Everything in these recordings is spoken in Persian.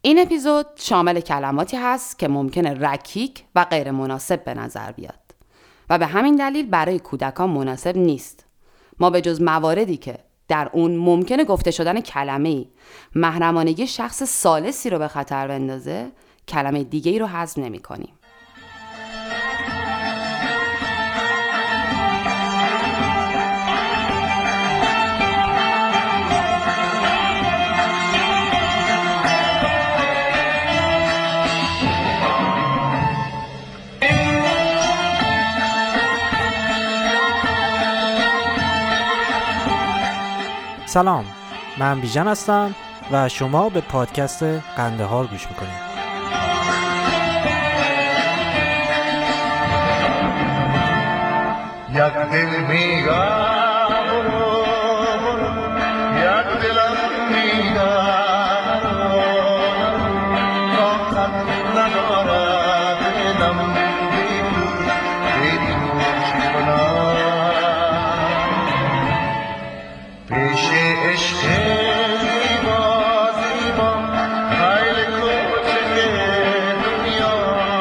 این اپیزود شامل کلماتی هست که ممکنه رکیک و غیر مناسب به نظر بیاد و به همین دلیل برای کودکان مناسب نیست. ما به جز مواردی که در اون ممکنه گفته شدن کلمه‌ای محرمانگی شخص ثالثی رو به خطر بندازه، کلمه دیگه‌ای رو هضم نمی‌کنیم. سلام، من بیژن هستم و شما به پادکست قندهار گوش میکنید. یک دل میگم یک دلم میگم طاقت ندارد دلم بیدوش کنم پیش عشق زیبا زیبا خیل کوچک دنیا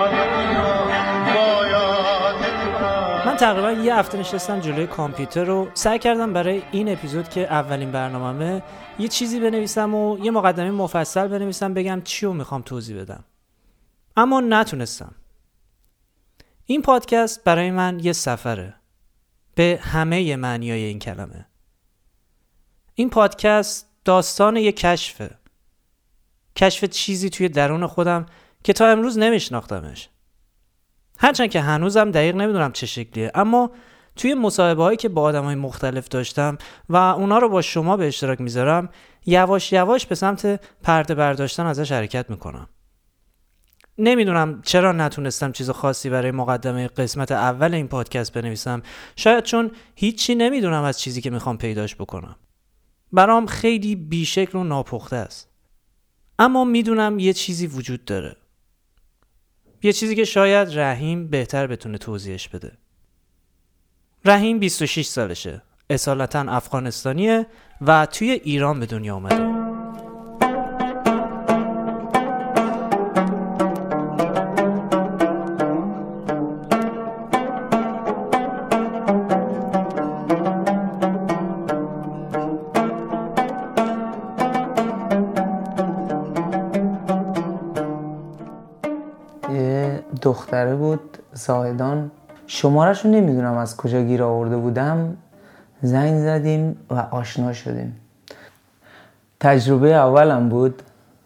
باید. من تقریبا یه هفته نشستم جلوی کامپیوتر رو سعی کردم برای این اپیزود که اولین برنامه‌مه یه چیزی بنویسم و یه مقدمه مفصل بنویسم بگم چی رو میخوام توضیح بدم، اما نتونستم. این پادکست برای من یه سفره به همه معنیای این کلمه. این پادکست داستان یک کشف چیزی توی درون خودم که تا امروز نمیشناختمش. هرچند که هنوزم دقیق نمیدونم چه شکلیه، اما توی مصاحبه هایی که با آدمای مختلف داشتم و اونا رو با شما به اشتراک میذارم، یواش یواش به سمت پرده برداشتن ازش حرکت میکنم. نمیدونم چرا نتونستم چیز خاصی برای مقدمه قسمت اول این پادکست بنویسم. شاید چون هیچی نمیدونم از چیزی که میخوام پیداش بکنم. برام خیلی بیشکل و ناپخته است. اما میدونم یه چیزی وجود داره. یه چیزی که شاید رحیم بهتر بتونه توضیحش بده. رحیم 26 سالشه. اصالتاً افغانستانیه و توی ایران به دنیا اومده. دختره بود زاهدان، شماره‌شو نمیدونم از کجا گیر آورده بودم. زنگ زدیم و آشنا شدیم. تجربه اولم بود.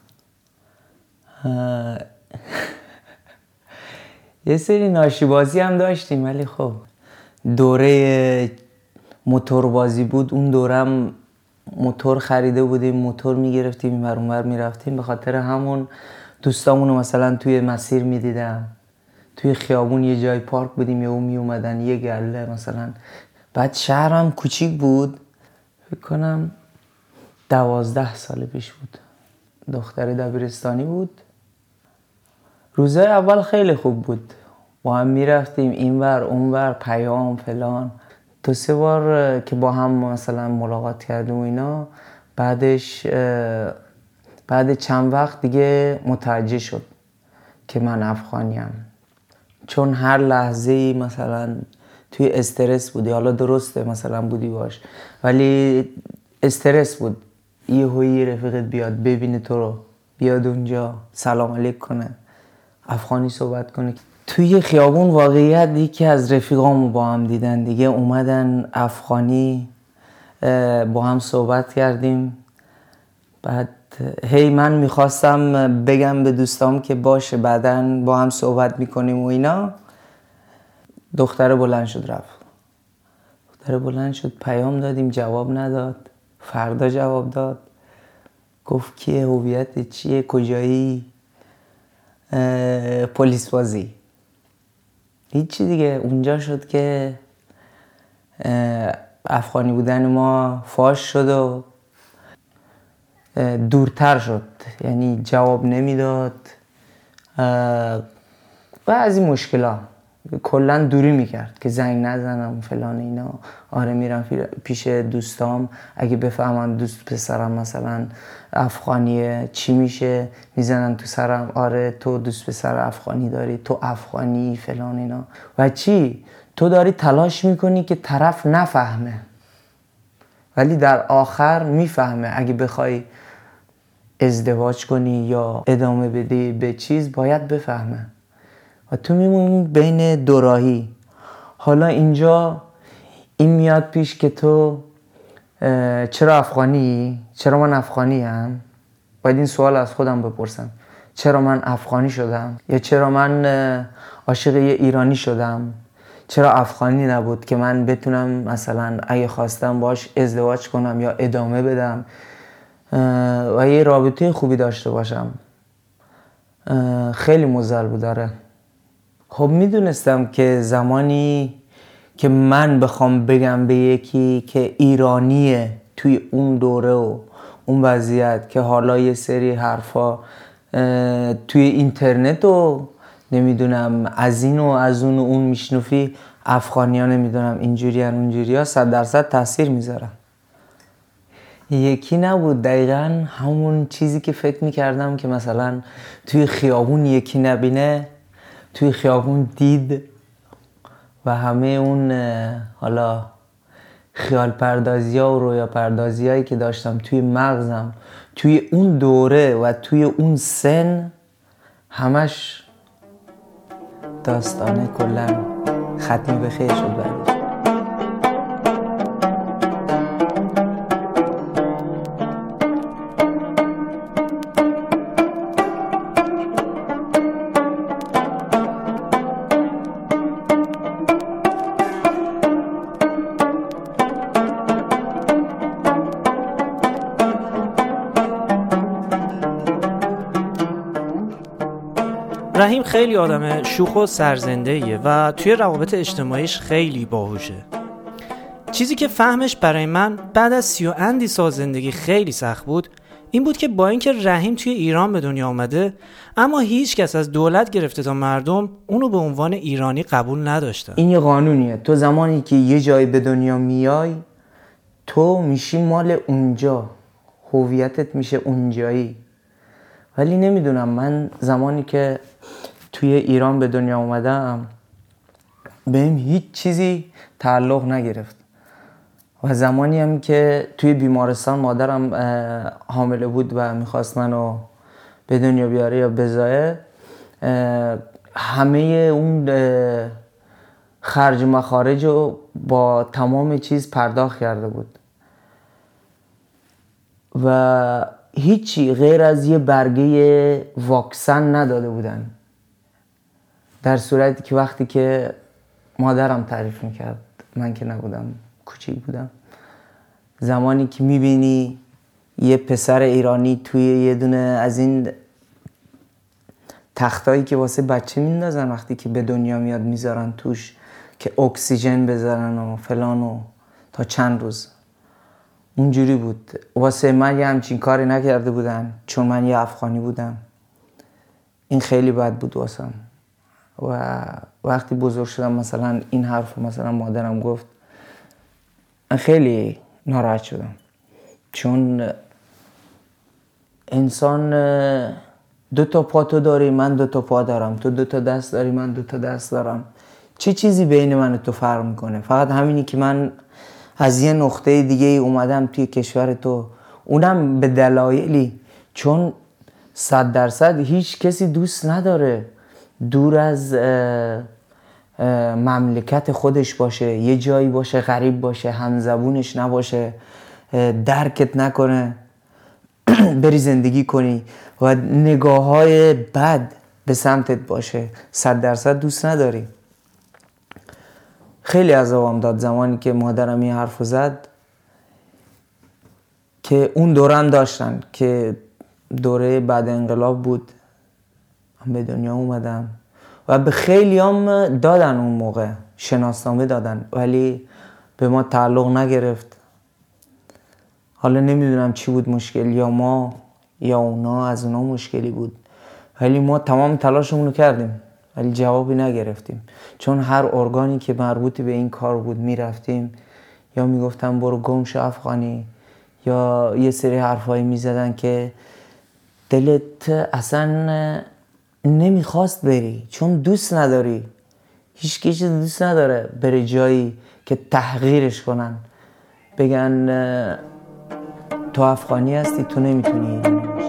یه سری ناشیبازی هم داشتیم، ولی خب دوره موتور بازی بود. اون دورم موتور خریده بودیم، موتور میگرفتیم این ور اون ور میرفتیم. به خاطر همون دوستامونو مثلا توی مسیر میدیدم، توی خیابون یه جای پارک بودیم یا اون می اومدن یه گله مثلا. بعد شهرم کوچیک بود، فکر کنم 12 سال پیش بود. دختر دبیرستانی بود. روزای اول خیلی خوب بود، با هم میرفتیم اینور اونور، پیام فلان. 2-3 بار که با هم مثلا ملاقات کردیم و اینا، بعدش بعد چند وقت دیگه متوجه شد که من افغانیم. چون هر لحظه‌ای مثلا توی استرس بودی، حالا درسته مثلا بودی باش، ولی استرس بود. یه رفیقت بیاد ببینه تو رو، بیاد اونجا سلام علیک کنه، افغانی صحبت کنه. توی خیابون واقعیت یکی از رفیقامو با هم دیدن دیگه، اومدن افغانی با هم صحبت کردیم. بعد من میخواستم بگم به دوستام که باشه بعدن با هم صحبت میکنیم و اینا. دختره بلند شد رفت. پیام دادیم جواب نداد. فردا جواب داد، گفت کیه، هویت چیه، کجایی، پلیس بازی. هیچی دیگه. اونجا شد که افغانی بودن ما فاش شد و دورتر شد. یعنی جواب نمیداد و از این مشکلات. کلا دوری میکرد که زنگ نزنم فلان اینا. آره میرم پیش دوستام، اگه بفهمن دوست پسرم مثلا افغانیه چی میشه، میزنن تو سرم آره تو دوست پسر افغانی داری، تو افغانی فلان اینا. و چی؟ تو داری تلاش میکنی که طرف نفهمه، ولی در آخر میفهمه. اگه بخوای ازدواج کنی یا ادامه بدی به چیز باید بفهمه و تو میمونی بین دوراهی. حالا اینجا این میاد پیش که تو چرا افغانی؟ چرا من افغانی هم؟ باید این سوال از خودم بپرسم، چرا من افغانی شدم؟ یا چرا من عاشق یه ایرانی شدم؟ چرا افغانی نبود که من بتونم مثلا اگه خواستم باش ازدواج کنم یا ادامه بدم و یه رابطه خوبی داشته باشم؟ خیلی مزل بود داره. خب میدونستم که زمانی که من بخوام بگم به یکی که ایرانیه توی اون دوره و اون وضعیت، که حالا یه سری حرفا توی اینترنت و نمیدونم از این و از اون و اون میشنوی، افغانی ها نمیدونم اینجوری هن اونجوری ها 100% تاثیر میذارن. یکی نبود، دقیقا همون چیزی که فکر میکردم که مثلا توی خیابون یکی نبینه، توی خیابون دید و همه اون حالا خیال پردازی ها و رویا پردازی هایی که داشتم توی مغزم توی اون دوره و توی اون سن همش داستانه کلا ختم به خیر شد بعدش. رحیم خیلی آدم شوخ و سرزنده‌ایه و توی روابط اجتماعیش خیلی باهوشه. چیزی که فهمش برای من بعد از 30 و اندی سال زندگی خیلی سخت بود این بود که با اینکه رحیم توی ایران به دنیا آمده اما هیچ کس از دولت گرفته تا مردم اونو به عنوان ایرانی قبول نداشتن. این یه قانونیه، تو زمانی که یه جایی به دنیا میای تو میشی مال اونجا، هویتت میشه اونجایی. ولی نمیدونم، من زمانی که توی ایران به دنیا اومدم بهم هیچ چیزی تعلق نگرفت و زمانی هم که توی بیمارستان مادرم حامله بود و میخواست منو به دنیا بیاره یا بزایه، همه اون خرج و مخارج رو با تمام چیز پرداخت کرده بود و هیچی غیر از یه برگه واکسن نداده بودن. در صورتی که وقتی که مادرم تعریف میکرد، من که نبودم، کوچیک بودم، زمانی که میبینی یه پسر ایرانی توی یه دونه از این تختایی که واسه بچه میندازن وقتی که به دنیا میاد میذارن توش که اکسیژن بذارن و فلان و تا چند روز، اونجوری بود. واسه من یه همچین کاری نکرده بودن چون من یه افغانی بودم. این خیلی بد بود واسم و وقتی بزرگ شدم مثلا این حرف مثلا مادرم گفت، من خیلی ناراحت شدم، چون انسان 2 تا پا تو داری، من 2 تا پا دارم، تو 2 تا دست داری، من 2 تا دست دارم. چه چیزی بین من و تو فرق میکنه؟ فقط همینی که من از یه نقطه دیگه اومدم توی کشور تو، اونم به دلایلی چون 100% هیچ کسی دوست نداره دور از مملکت خودش باشه، یه جایی باشه غریب باشه، همزبونش نباشه، درکت نکنه، بری زندگی کنی و نگاه‌های بد به سمتت باشه. 100% دوست نداری. خیلی عذابم داد زمانی که مادرم این حرفو زد که اون دوران داشتن که دوره بعد انقلاب بود، من به دنیا اومدم و به خیلی هم دادن اون موقع شناسنامه دادن ولی به ما تعلق نگرفت. حالا نمیدونم چی بود مشکل، یا ما یا اونا، از اونا مشکلی بود، ولی ما تمام تلاشمون رو کردیم ولی جوابی نگرفتیم، چون هر ارگانی که مربوط به این کار بود میرفتیم یا میگفتن برو گم شو افغانی، یا یه سری حرفایی میزدن که دلت اصلا نمیخواست بری، چون دوست نداری. هیچ کسی دوست نداره بره جایی که تحقیرش کنن، بگن تو افغانی هستی، تو نمیتونی ایرانی باشی.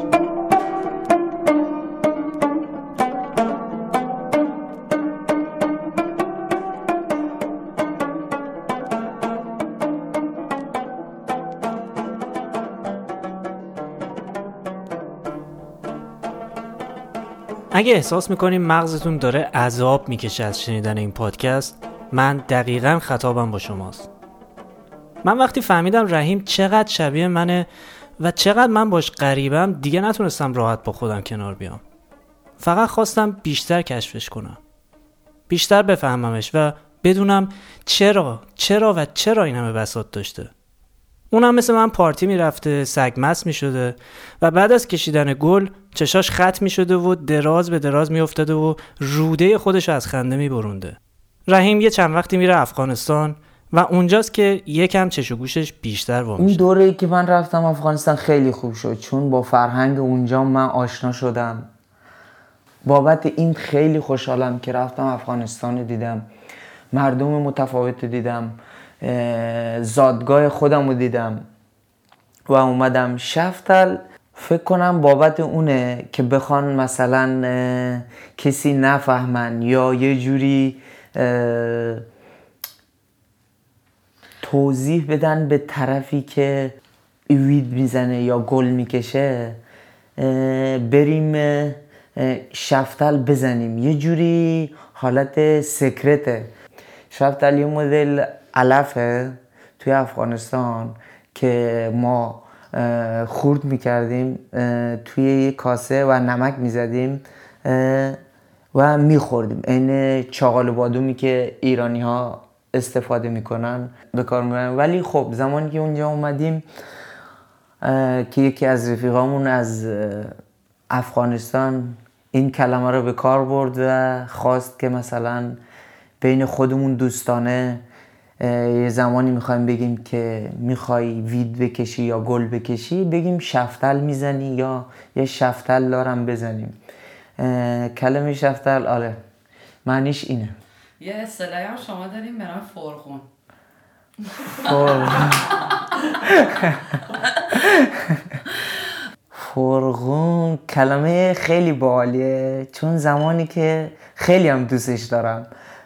اگه احساس میکنیم مغزتون داره عذاب میکشه از شنیدن این پادکست، من دقیقاً خطابم با شماست. من وقتی فهمیدم رحیم چقدر شبیه منه و چقدر من باش غریبم، دیگه نتونستم راحت با خودم کنار بیام. فقط خواستم بیشتر کشفش کنم، بیشتر بفهممش و بدونم چرا این همه بساط داشته. اونم مثل من پارتی میرفته، سگ مست میشده و بعد از کشیدن گل چشاش خط میشده و دراز به دراز میافتاده و روده خودش از خنده میبرونده. رحیم یه چند وقتی میره افغانستان و اونجاست که یکم چش و گوشش بیشتر وا میشه. این دوره‌ای که من رفتم افغانستان خیلی خوب شد، چون با فرهنگ اونجا من آشنا شدم. بابت این خیلی خوشحالم که رفتم افغانستان دیدم، مردم متفاوت دیدم، زادگاه خودم رو دیدم و اومدم. شفتل فکر کنم بابت اونه که بخوان مثلا کسی نفهمن یا یه جوری توضیح بدن به طرفی که وید میزنه یا گل میکشه، بریم شفتل بزنیم. یه جوری حالت سکرته. شفتل یه مدل علفه توی افغانستان که ما خورد میکردیم توی یه کاسه و نمک میزدیم و میخوردیم. این چاقال بادومی که ایرانی ها استفاده میکنن به کار میبرن. ولی خب زمانی که اونجا اومدیم که یکی از رفیقامون از افغانستان این کلمه رو به کار برد و خواست که مثلا بین خودمون دوستانه یه زمانی میخوایم بگیم که میخوای وید بکشی یا گل بکشی، بگیم شفتل میزنی یا یه شفتل دارم بزنیم. کلمه شفتل آره معنیش اینه. یه اصطلاحی هم شما داریم به نام فرغون. فرغون کلمه خیلی باحالیه، چون زمانی که خیلی هم دوستش دارم.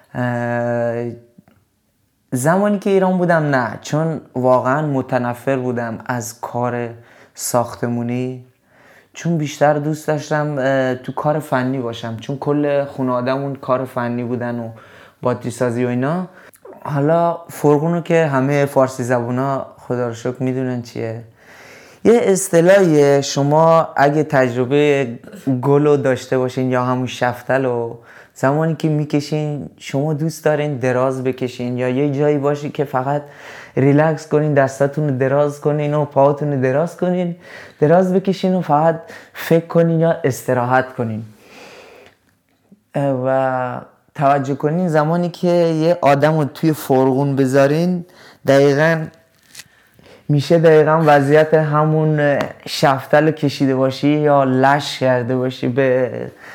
زمانی که ایران بودم نه، چون واقعا متنفر بودم از کار ساختمونی، چون بیشتر دوست داشتم تو کار فنی باشم، چون کل خانواده‌مون کار فنی بودن و باتری سازی و اینا. حالا فرغونو که همه فارسی زبونا خدا رو شکر میدونن چیه. یه اصطلاحیه، شما اگه تجربه گلو داشته باشین یا همون شفتلو، زمانی که میکشین شما دوست دارین دراز بکشین یا یه جایی باشی که فقط ریلکس کنین، دستاتون رو دراز کنین و پاهاتون رو دراز کنین، دراز بکشین و فقط فکر کنین یا استراحت کنین. و توجه کنین زمانی که یه آدم رو توی فرغون بذارین دقیقاً وضعیت همون شفتل کشیده باشی یا لش کرده باشی به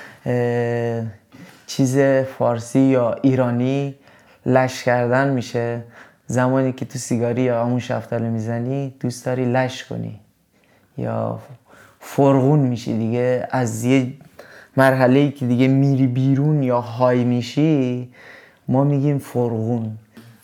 چیز فارسی یا ایرانی. لش کردن میشه زمانی که تو سیگاری یا همون شفتل میزنی دوست داری لش کنی یا فرغون میشی دیگه. از یه مرحله‌ای که دیگه میری بیرون یا های میشی ما میگیم فرغون.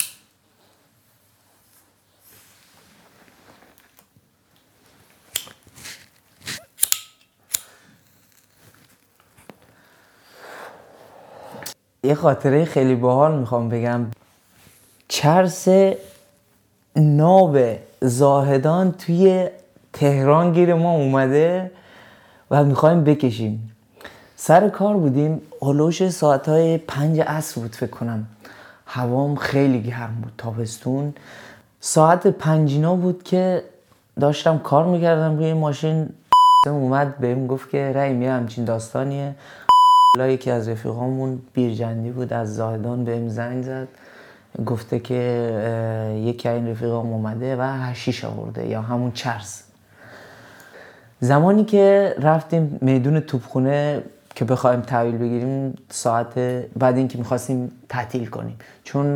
یه خاطره خیلی باحال میخوام بگم. چرس ناب زاهدان توی تهران گیر ما اومده و میخوایم بکشیم. سر کار بودیم، هلوش ساعتهای 5 عصر بود فکر کنم، هوام خیلی گرم بود، تابستون. ساعت 5 بود که داشتم کار میکردم روی ماشین. اومد بهم گفت که رحیم یه همچین داستانیه، یکی از رفیقامون بیرجندی بود از زاهدان بهم زنگ زد، گفته که یکی این رفیقام اومده و حشیش آورده یا همون چرس. زمانی که رفتیم میدون توپخونه که بخوایم تحویل بگیریم، ساعت بعد اینکه میخواستیم تعطیل کنیم، چون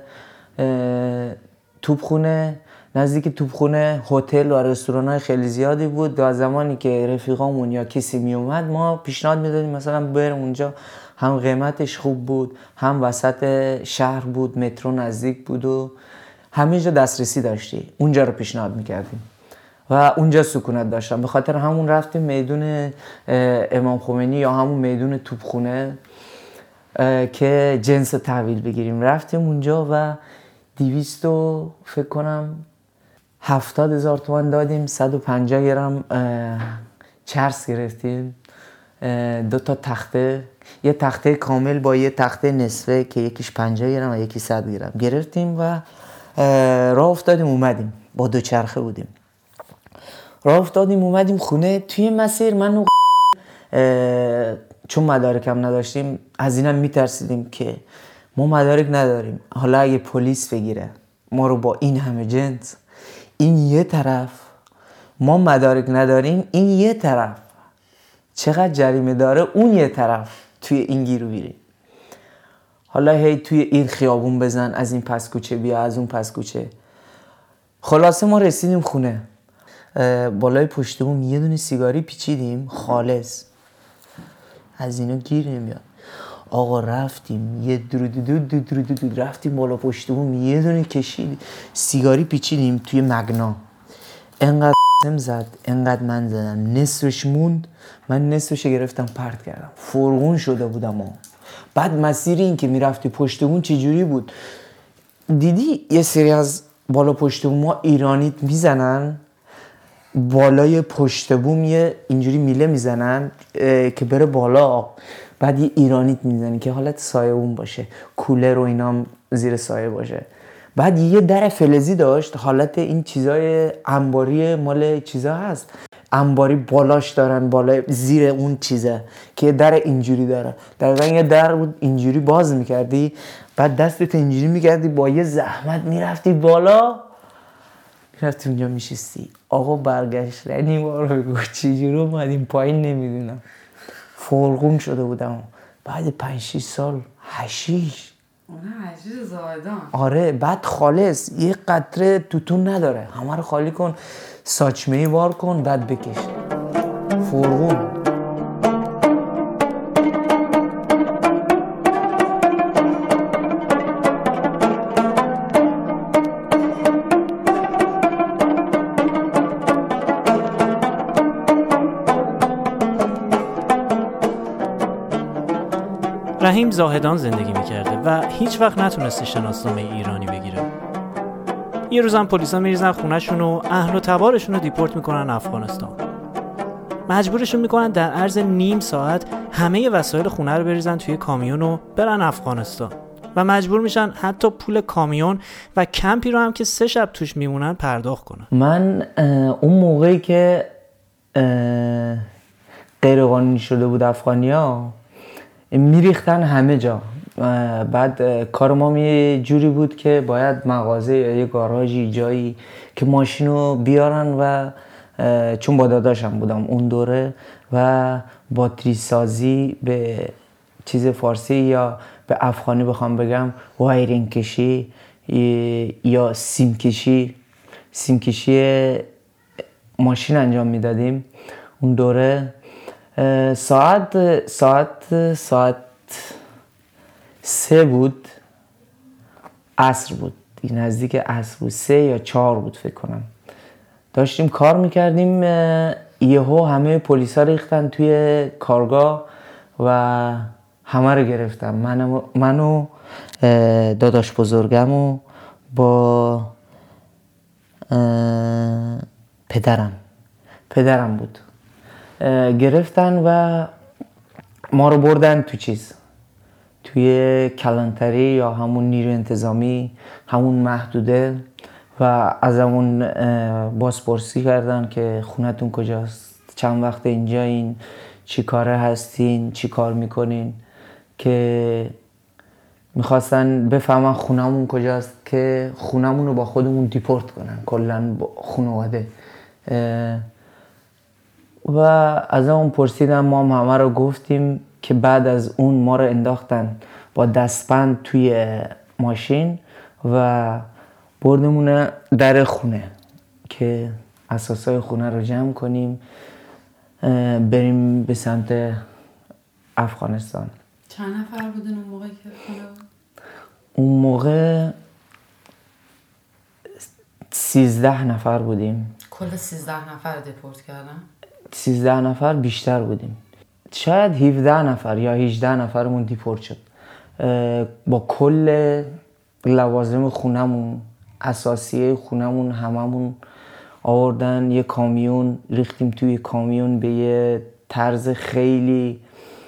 توپخونه نزدیک توپخونه هتل و رستوران‌های خیلی زیادی بود و زمانی که رفیقامون یا کسی می اومد ما پیشنهاد میدادیم مثلا بریم اونجا، هم قیمتش خوب بود، هم وسط شهر بود، مترو نزدیک بود و همه جا دسترسی داشتی، اونجا رو پیشنهاد میکردیم و اونجا سکونت داشتم. به خاطر همون رفتیم میدون امام خمینی یا همون میدون توپخونه که جنس تحویل بگیریم. رفتیم اونجا و 200 فکر کنم 70,000 تومان دادیم، 150 گرم چرس گرفتیم، 2 تا تخته، یه تخته کامل با یه تخته نصفه که یکیش 50 گرم و یکی 100 گرم گرفتیم و راه افتادیم اومدیم. با دوچرخه بودیم، راه افتادیم اومدیم خونه. توی مسیر من چون مدارکم نداشتیم از اینم میترسیدیم که ما مدارک نداریم، حالا اگه پلیس بگیره ما رو با این همه جنس، این یه طرف ما مدارک نداریم، این یه طرف چقدر جریمه داره، اون یه طرف توی این گیرو بیری، حالا هی توی این خیابون بزن، از این پس کوچه بیا، از اون پس کوچه. خلاصه ما رسیدیم خونه، بالای پشتمون یه دونه سیگاری پیچیدیم خالص، از اینا گیر نمیاد. آقا رفتیم یه درود رفتیم بالا پشتمون یه دونه کشید سیگاری پیچیدیم توی مگنا، انقدر زد انقدر من زدم، نصفش موند، من نصفش گرفتم پرت کردم، فرغون شده بودم. بعد مسیر این که میرفتی پشتمون چجوری بود؟ دیدی یه سری از بالا پشتمون ما ایرانیت میزنن بالای پشت بوم، یه اینجوری میله میزنن که بره بالا، بعد یه ایرانیت میزنن که حالت سایه اون باشه، کولر و اینا هم زیر سایه باشه. بعد یه در فلزی داشت، حالت این چیزای انباری مال چیزا هست، انباری بالاش دارن، بالا زیر اون چیزه که در اینجوری داره، دقیقا یه در بود اینجوری باز میکردی، بعد دستت اینجوری میکردی با یه زحمت میرفتی بالا، میرفتی اونجا میشستی. آقا برگشتنی ما رو بگو چجوری اومدیم پایین نمیدونم، فرغون شده بودم. بعد 5-6 سال حشیش، اون حشیش زاهدان، آره، بعد خالص، یه قطره توتون نداره، همه رو خالی کن، ساچمه‌ای وار کن، بعد بکش، فرغون. رحیم زاهدان زندگی میکرده و هیچ وقت نتونسته شناسنامه ایرانی بگیره. یه روزم پلیسا میریزن خونه‌شون و اهل و تبارشون رو دیپورت میکنن افغانستان. مجبورشون میکنن در عرض نیم ساعت همه وسایل خونه رو بریزن توی کامیون و برن افغانستان و مجبور میشن حتی پول کامیون و کمپی رو هم که 3 شب توش میمونن پرداخت کنن. من اون موقعی که غیرقانونی شده بود افغانیا میریختن همه جا. بعد کار ما یه جوری بود که باید مغازه یا یه گاراژی جایی که ماشینو بیارن و چون با داداشم بودم اون دوره و باتری سازی به چیز فارسی یا به افغانی بخوام بگم وایرینگ کشی یا سیم کشی ماشین انجام میدادیم اون دوره. ساعت 3 بود، عصر بود، نزدیک عصر بود، 3 یا 4 بود فکر کنم. داشتیم کار میکردیم، یهو همه پلیسا ریختن توی کارگاه و همه رو گرفتم، منو داداش بزرگم و با پدرم بود، گرفتن و ما رو بردن توی کلانتری یا همون نیرو انتظامی، همون محدوده، و از همون بازپرسی کردن که خونتون کجاست، چند وقت اینجا، این چی کاره هستین، چی کار میکنین، که میخواستن بفهمن خونمون کجاست که خونمون رو با خودمون دیپورت کنن کلن با خانواده. و از اون پرسیدم، ما هم همه رو گفتیم که بعد از اون ما رو انداختن با دستبند توی ماشین و بردمونه در خونه که اساسای خونه رو جمع کنیم بریم به سمت افغانستان. چند نفر بودن اون موقع که خونه بود؟ اون موقع 13 نفر بودیم. کل 13 نفر دیپورت کردن؟ 13 نفر بیشتر بودیم، شاید 17 نفر یا 18 نفرمون دیپورت شد با کل لوازم خونمون، اساسیه خونمون هممون آوردن یه کامیون، ریختیم توی کامیون به یه طرز خیلی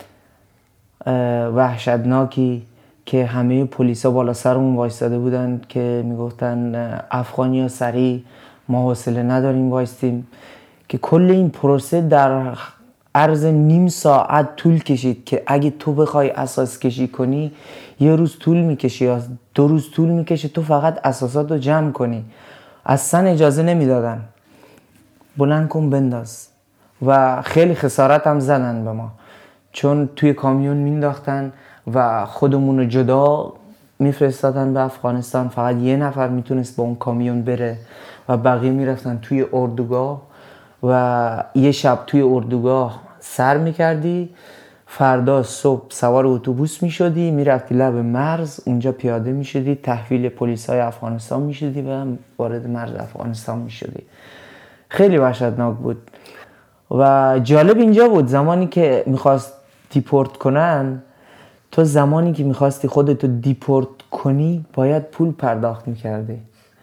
وحشتناکی که همه پلیسا بالا سرمون وایستاده بودن که میگفتن افغانیا سریع، ما حوصله نداریم وایستیم. که کل این پروسه در عرض نیم ساعت طول کشید که اگه تو بخوای اساس کشی کنی یه روز طول میکشه یا 2 روز طول میکشه تو فقط اساسات رو جمع کنی. اصلا اجازه نمیدادن، بلند کن بنداز. و خیلی خسارت هم زدن به ما، چون توی کامیون مینداختن و خودمون رو جدا میفرستادن به افغانستان. فقط یه نفر میتونست با اون کامیون بره و بقیه میرفتن توی اردوگاه و یه شب توی اردوگاه سر میکردی، فردا صبح سوار اتوبوس میشدی میرفتی لب مرز، اونجا پیاده میشدی تحویل پلیسای افغانستان میشدی و وارد مرز افغانستان میشدی. خیلی وحشتناک بود. و جالب اینجا بود زمانی که میخواست دیپورت کنن، تو زمانی که میخواستی خودتو دیپورت کنی باید پول پرداخت میکردی،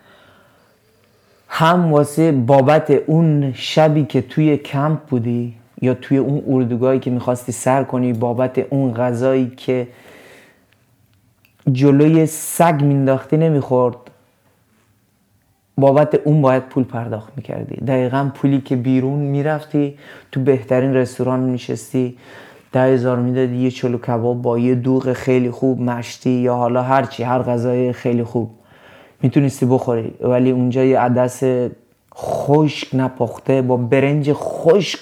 هم واسه بابت اون شبی که توی کمپ بودی یا توی اون اردوگاهی که میخواستی سر کنی، بابت اون غذایی که جلوی سگ مینداختی نمیخورد، بابت اون باید پول پرداخت میکردی. دقیقاً پولی که بیرون میرفتی تو بهترین رستوران میشستی 10,000 میدادی یه چلو کباب با یه دوغ خیلی خوب مشتی یا حالا هرچی، هر غذای خیلی خوب میتونستی بخوری، ولی اونجا یه عدس خشک نپخته با برنج خشک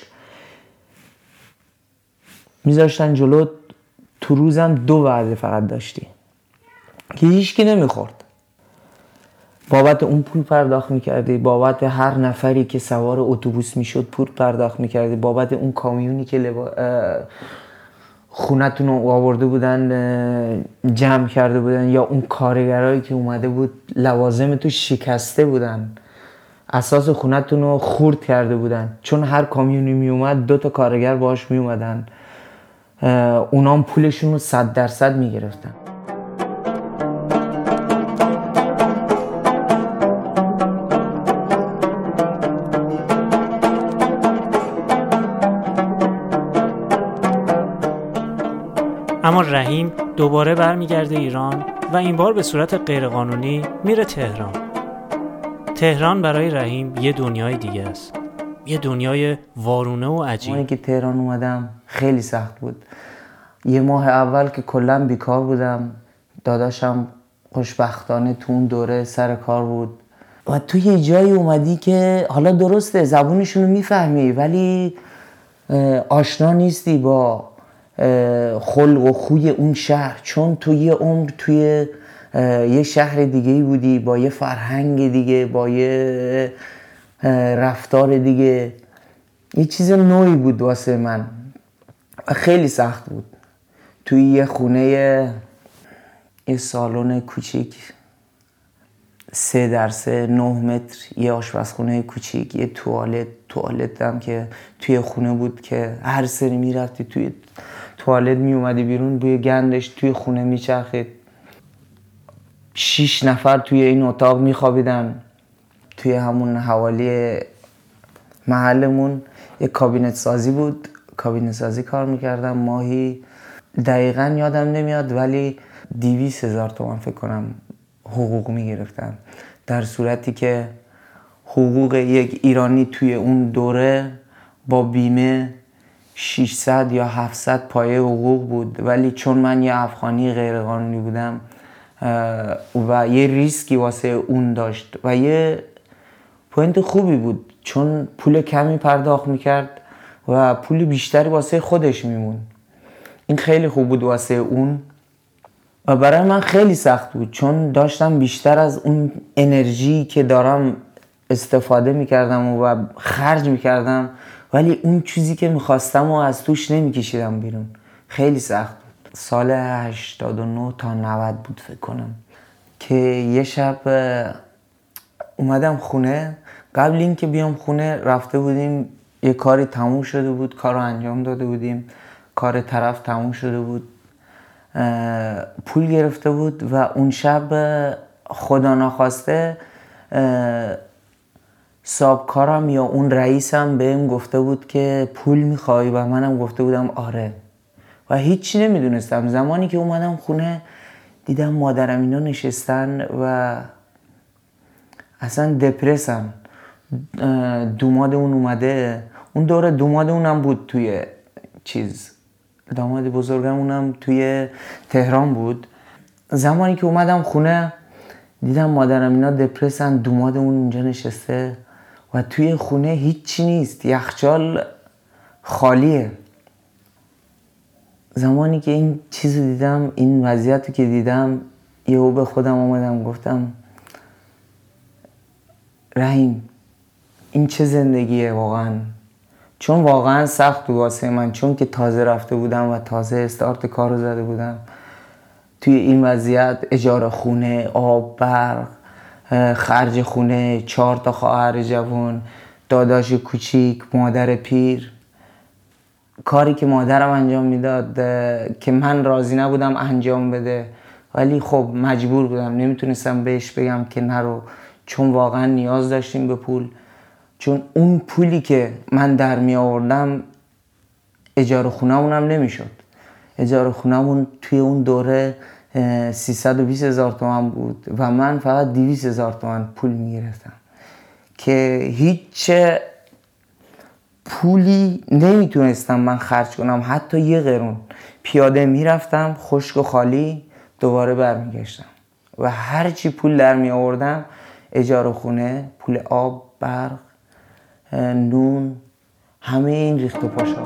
میذاشتن جلو، تو روزم 2 وعده فقط داشتی که هیچکی نمیخورد. بابت اون پول پرداخت میکردی، بابت هر نفری که سوار اتوبوس میشد پول پرداخت میکردی، بابت اون کامیونی که خونتون رو آورده بودن جمع کرده بودن یا اون کارگرایی که اومده بود لوازم تو شکسته بودن، اساس خونتون رو خورد کرده بودن، چون هر کامیونی می اومد 2 تا کارگر باهاش می اومدن، اونام پولشون رو 100% می گرفتن. اما رحیم دوباره برمیگرده ایران و این بار به صورت غیرقانونی میره تهران. تهران برای رحیم یه دنیای دیگه است، یه دنیای وارونه و عجیب. من که تهران اومدم خیلی سخت بود. یه ماه اول که کلا بیکار بودم، داداشم خوشبختانه تو اون دوره سر کار بود و تو یه جایی اومدی که حالا درسته زبونشون رو میفهمی ولی آشنا نیستی با خلق و خوی اون شهر، چون تو یه عمر توی یه شهر دیگه بودی با یه فرهنگ دیگه، با یه رفتار دیگه، یه چیز نوعی بود واسه من و خیلی سخت بود. توی یه خونه یه سالن کوچیک 3x3 9 متر، یه آشپزخونه کوچیک، یه توالت هم که توی خونه بود که هر سری میرفتی توی توالت میومدی بیرون بوی گندش توی خونه میچرخید. 6 نفر توی این اتاق میخوابیدن. توی همون حوالی محلمون یه کابینت سازی بود، کابینت سازی کار میکردم. ماهی دقیقاً یادم نمیاد ولی 200,000 تومان فکر کنم حقوق میگرفتم، در صورتی که حقوق یک ایرانی توی اون دوره با بیمه 600 یا 700 پایه حقوق بود، ولی چون من یه افغانی غیرقانونی بودم و یه ریسکی واسه اون داشت و یه پوینت خوبی بود چون پول کمی پرداخت میکرد و پول بیشتری واسه خودش میمون. این خیلی خوب بود واسه اون و برای من خیلی سخت بود چون داشتم بیشتر از اون انرژی که دارم استفاده میکردم و خرج میکردم، ولی اون چیزی که میخواستم و از توش نمیکشیدم بیرون. خیلی سخت بود. سال 89 تا 90 بود فکر کنم که یه شب اومدم خونه. قبل این که بیام خونه رفته بودیم یه کاری تموم شده بود، کار رو انجام داده بودیم، کار طرف تموم شده بود، پول گرفته بود و اون شب خدا نخواسته صاحبکارم یا اون رئیسم بهم گفته بود که پول میخوای و منم گفته بودم آره و هیچی نمیدونستم. زمانی که اومدم خونه دیدم مادرم اینا نشستن و اصلا دپرسن. دوماد اون اومده، اون دوره دوماد اونم بود توی داماد بزرگم اونم توی تهران بود. زمانی که اومدم خونه دیدم مادرم اینا دپرسن، دوماد اون اونجا نشسته و توی خونه هیچی نیست، یخچال خالیه. زمانی که این چیزو دیدم، این وضعیتو که دیدم، یهو به خودم اومدم گفتم رحیم این چه زندگیه واقعا. چون واقعا سخت بود واسه من، چون که تازه رفته بودم و تازه استارت کارو زده بودم توی این وضعیت. اجاره خونه، آب، برق، خرج خونه، 4 تا خواهر جوان، داداش کوچیک، مادر پیر. کاری که مادرم انجام میداد که من راضی نبودم انجام بده، ولی خب مجبور بودم، نمیتونستم بهش بگم که نرو، چون واقعا نیاز داشتیم به پول. چون اون پولی که من در می آوردم اجاره خونمونم نمیشد. اجاره خونمون توی اون دوره 320,000 تومان بود و من فقط 200,000 تومان پول میگرفتم که هیچ پولی نمیتونستم من خرج کنم. حتی یه قرون پیاده میرفتم خشک و خالی دوباره برمیگشتم و هرچی پول در می آوردم اجاره خونه، پول آب، برق، نون، همه این ریخت و پاشا.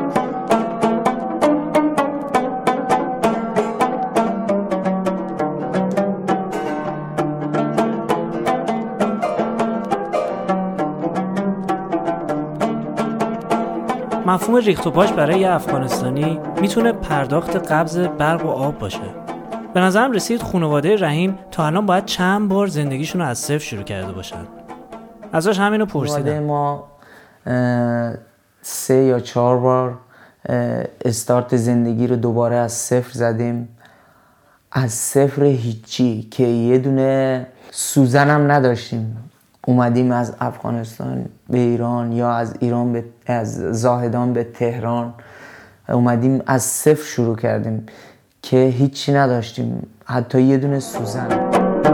مفهوم ریخت و پاش برای یه افغانستانی میتونه پرداخت قبض برق و آب باشه. به نظرم رسید خانواده رحیم تا الان باید چند بار زندگیشون رو از صفر شروع کرده باشن. ازش همینو پرسیدم. ما 3 یا 4 بار استارت زندگی رو دوباره از صفر زدیم. از صفر هیچی که یه دونه سوزنم نداشتیم. اومدیم از افغانستان به ایران یا از ایران از زاهدان به تهران، اومدیم از صفر شروع کردیم که هیچی نداشتیم، حتی یه دونه سوزن.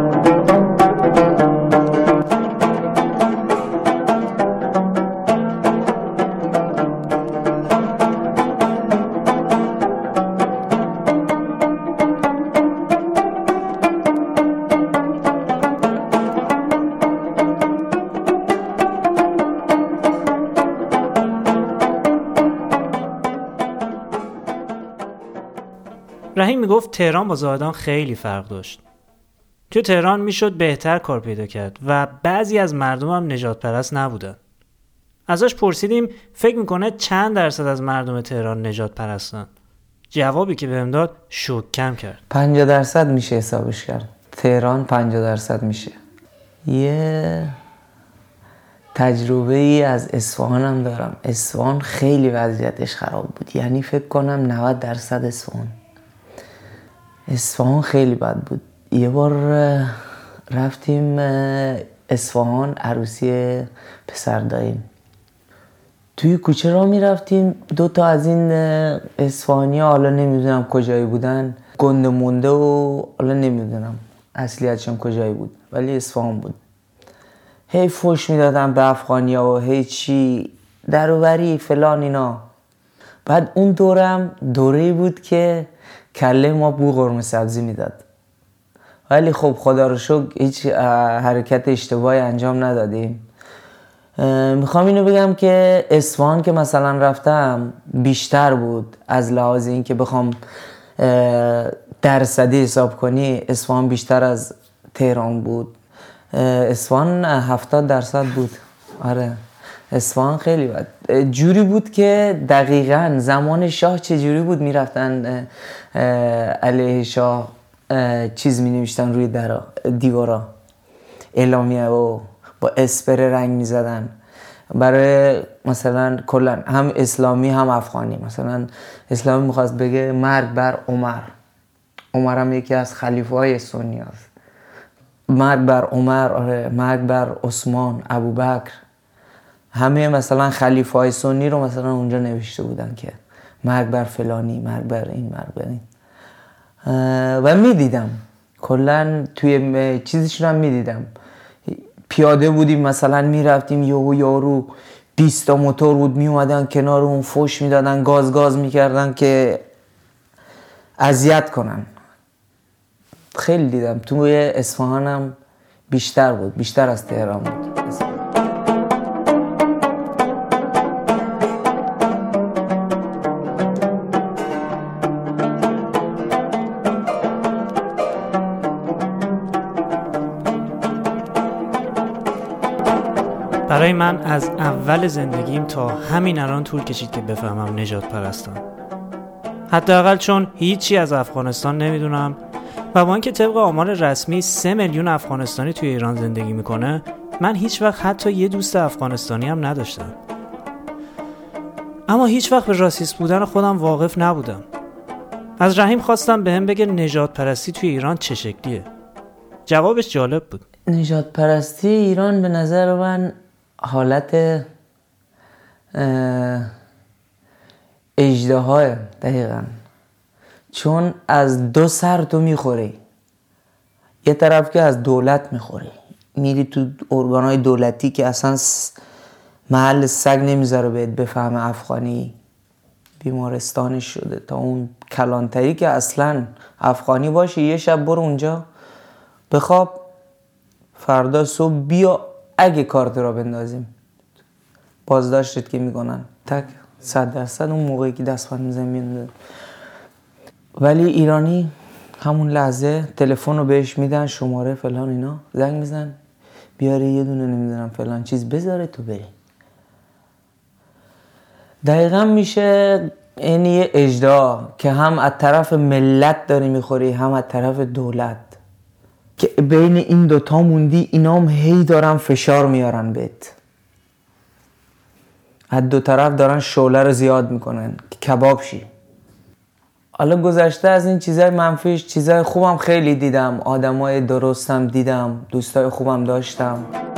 رحیم میگفت تهران با زاهدان خیلی فرق داشت. تو تهران میشد بهتر کار پیدا کرد و بعضی از مردم هم نجات پرست نبودن. ازش پرسیدیم فکر میکنه چند درصد از مردم تهران نجات پرستن. جوابی که بهم داد شوکم کرد. 50% میشه حسابش کرد. تهران 50% میشه. یه تجربه ای از اصفهان هم دارم. اصفهان خیلی وضعیتش خراب بود، یعنی فکر کنم 90% اصفهان خیلی بد بود. یه بار رفتیم اصفهان عروسی پسر داییم. توی کوچه را می رفتیم، 2 تا از این اصفهانی ها، حالا نمیدونم کجایی بودن، گنده مونده و حالا نمیدونم اصلیتشون کجایی بود، ولی اصفهان بود. هی فوش می دادن به افغانی ها و هی چی دروبری فلان اینا. بعد اون دورم دوره‌ای بود که کله ما بو قرمه سبزی میداد، ولی خب خدا رو شکر هیچ حرکت اشتباهی انجام ندادیم. میخوام اینو بگم که اصفهان که مثلا رفتم بیشتر بود از لحاظ این که بخوام درصدی حساب کنی، اصفهان بیشتر از تهران بود. اصفهان 70% بود. آره اصفهان خیلی بود. جوری بود که دقیقاً زمان شاه چجوری بود میرفتن علیه شاه چیز می نوشتن روی دیوارا، اعلامیه و با اسپر رنگ می زدن برای مثلا کلا هم اسلامی هم افغانی. مثلا اسلامی میخواست بگه مرگ بر عمر هم یکی از خلیفه های سنی هست. مرگ بر عمر، آره، مرگ بر عثمان، ابوبکر، همه مثلا خلیفه های سنی رو مثلا اونجا نوشته بودن که مرگ بر فلانی، مرگ بر این، مرگ بر این. و میدیدم کلا توی چیزشون هم میدیدم. پیاده بودیم مثلا میرفتیم یارو 20 تا موتور بود میومدن کنار اون فوش میدادن، گاز میکردن که اذیت کنن. خیلی دیدم. توی اصفهانم بیشتر بود، بیشتر از تهران بود. برای من از اول زندگیم تا همین الان طول کشید که بفهمم نژاد پرستم. حداقل چون هیچی از افغانستان نمیدونم و با اینکه طبق آمار رسمی 3 میلیون افغانستانی توی ایران زندگی میکنه، من هیچ وقت حتی یه دوست افغانستانی هم نداشتم. اما هیچ وقت به راسیست بودن خودم واقف نبودم. از رحیم خواستم بهم بگه نژاد پرستی توی ایران چه شکلیه. جوابش جالب بود. نژاد پرستی ایران به نظر من حالت اژدهای دقیقاً، چون از دو سر تو میخوری. یه طرف که از دولت میخوری، میری تو ارگانهای دولتی که اصلا محل سگ نمیذاره بهت بفهمه افغانی، بیمارستانش شده تا اون کلانتری که اصلا افغانی باشه. یه شب برو اونجا بخواب، فردا صبح بیا اگه کارت را بندازیم بازداشتت که میکنن تک 100% اون موقعی که دستبند میزن میاد. ولی ایرانی همون لحظه تلفن رو بهش میدن، شماره فلان اینا، زنگ میزن بیاره یه دونه نمیدونم فلان چیز بذاره تو بری. دقیقا میشه این یه اجدا که هم از طرف ملت داری میخوری هم از طرف دولت، که بین این دوتا موندی. اینا هم هی دارن فشار میارن بهت، از دو طرف دارن شعله رو زیاد میکنن که کباب شی. حالا گذشته از این چیزای منفیش، چیزای خوبم خیلی دیدم، آدمای درستم دیدم، دوستای خوبم داشتم.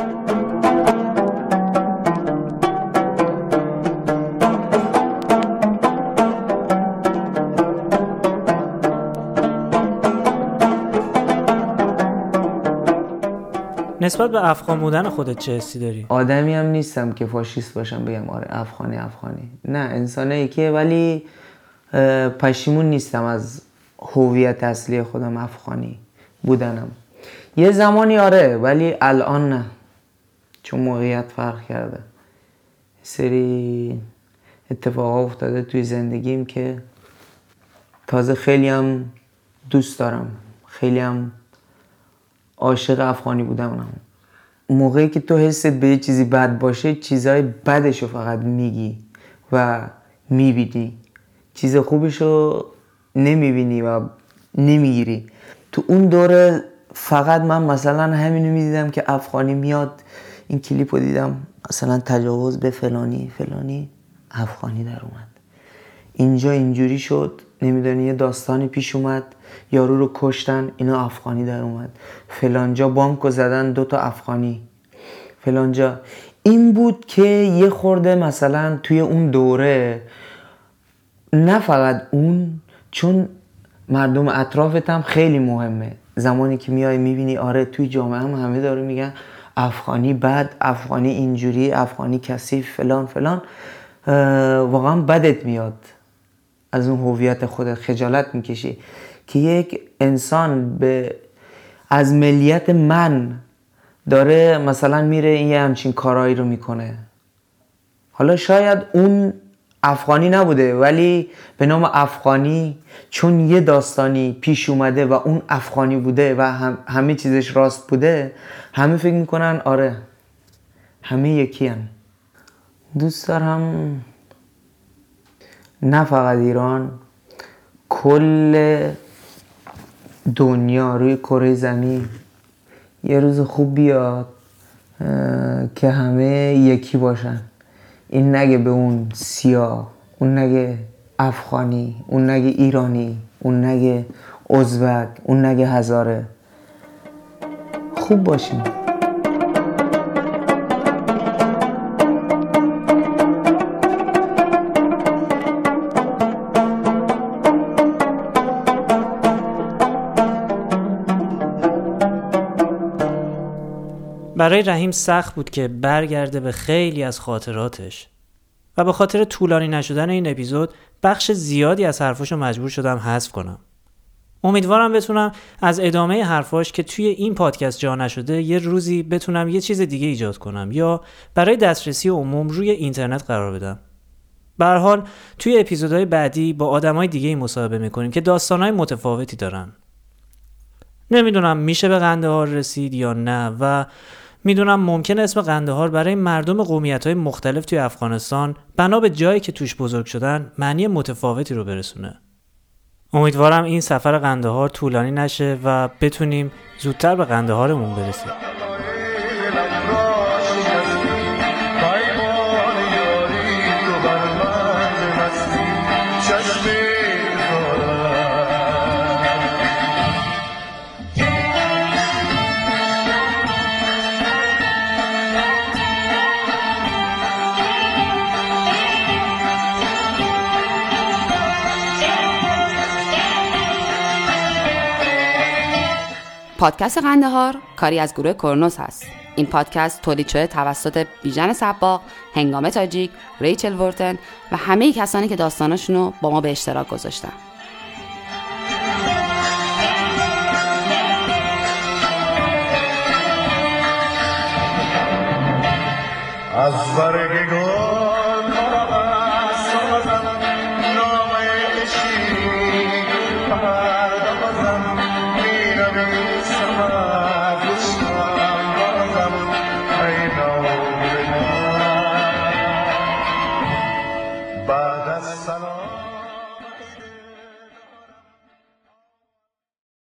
نسبت به افغان بودن خودت چه حسی داری؟ آدمی هم نیستم که فاشیست باشم بگم آره افغانی. نه، انسان یکیه، ولی پشیمون نیستم از هویت اصلی خودم، افغانی بودنم. یه زمانی آره، ولی الان نه، چون موقعیت فرق کرده. سری اتفاقا افتاده توی زندگیم که تازه خیلی هم دوست دارم، خیلی هم عاشق افغانی بودم. موقعی که تو حست به یه چیزی بد باشه، چیزهای بدشو فقط میگی و میبینی، چیز خوبشو نمیبینی و نمیگیری. تو اون دوره فقط من مثلا همینو میدیدم که افغانی میاد، این کلیپو دیدم مثلا تجاوز به فلانی افغانی در اومد، اینجا اینجوری شد، نمیدونی یه داستانی پیش اومد، یارو رو کشتن، اینا افغانی در اومد، فلانجا بانکو زدن 2 تا افغانی، فلانجا. این بود که یه خورده مثلا توی اون دوره، نه فقط اون، چون مردم اطرافت هم خیلی مهمه. زمانی که میای میبینی آره توی جامعه هم همه داره میگن افغانی بد، افغانی اینجوری، افغانی کثیف، فلان فلان، واقعا بدت میاد از اون هویت خودت خجالت میکشی که یک انسان از ملیت من داره مثلا میره این یه همچین کارایی رو میکنه. حالا شاید اون افغانی نبوده ولی به نام افغانی چون یه داستانی پیش اومده و اون افغانی بوده و همه چیزش راست بوده، همه فکر میکنن آره همه یکی هن. دوست دارم نه فقط ایران، کل دنیا روی کره زمین یه روز خوب بیاد که همه یکی باشن. این نگه به اون سیاه، اون نگه افغانی، اون نگه ایرانی، اون نگه ازبک، اون نگه هزاره. خوب باشیم. برای رحیم سخت بود که برگرده به خیلی از خاطراتش و به خاطر طولانی نشدن این اپیزود بخش زیادی از حرفاشو مجبور شدم حذف کنم. امیدوارم بتونم از ادامه حرفاش که توی این پادکست جا نشده یه روزی بتونم یه چیز دیگه ایجاد کنم یا برای دسترسی عموم روی اینترنت قرار بدم. به هر حال توی اپیزودهای بعدی با آدمای دیگه مصاحبه میکنیم که داستانهای متفاوتی دارن. نمیدونم میشه به قندهار رسید یا نه و میدونم ممکن اسم قندهار برای مردم قومیت‌های مختلف توی افغانستان بنا به جایی که توش بزرگ شدن معنی متفاوتی رو برسونه. امیدوارم این سفر قندهار طولانی نشه و بتونیم زودتر به قندهارمون برسیم. پادکست قندهار کاری از گروه کرونوس هست. این پادکست تولید شده توسط بیژن صباغ، هنگام تاجیک، ریچل ورتن و همه کسانی که داستانشونو با ما به اشتراک گذاشتن. از برگ گل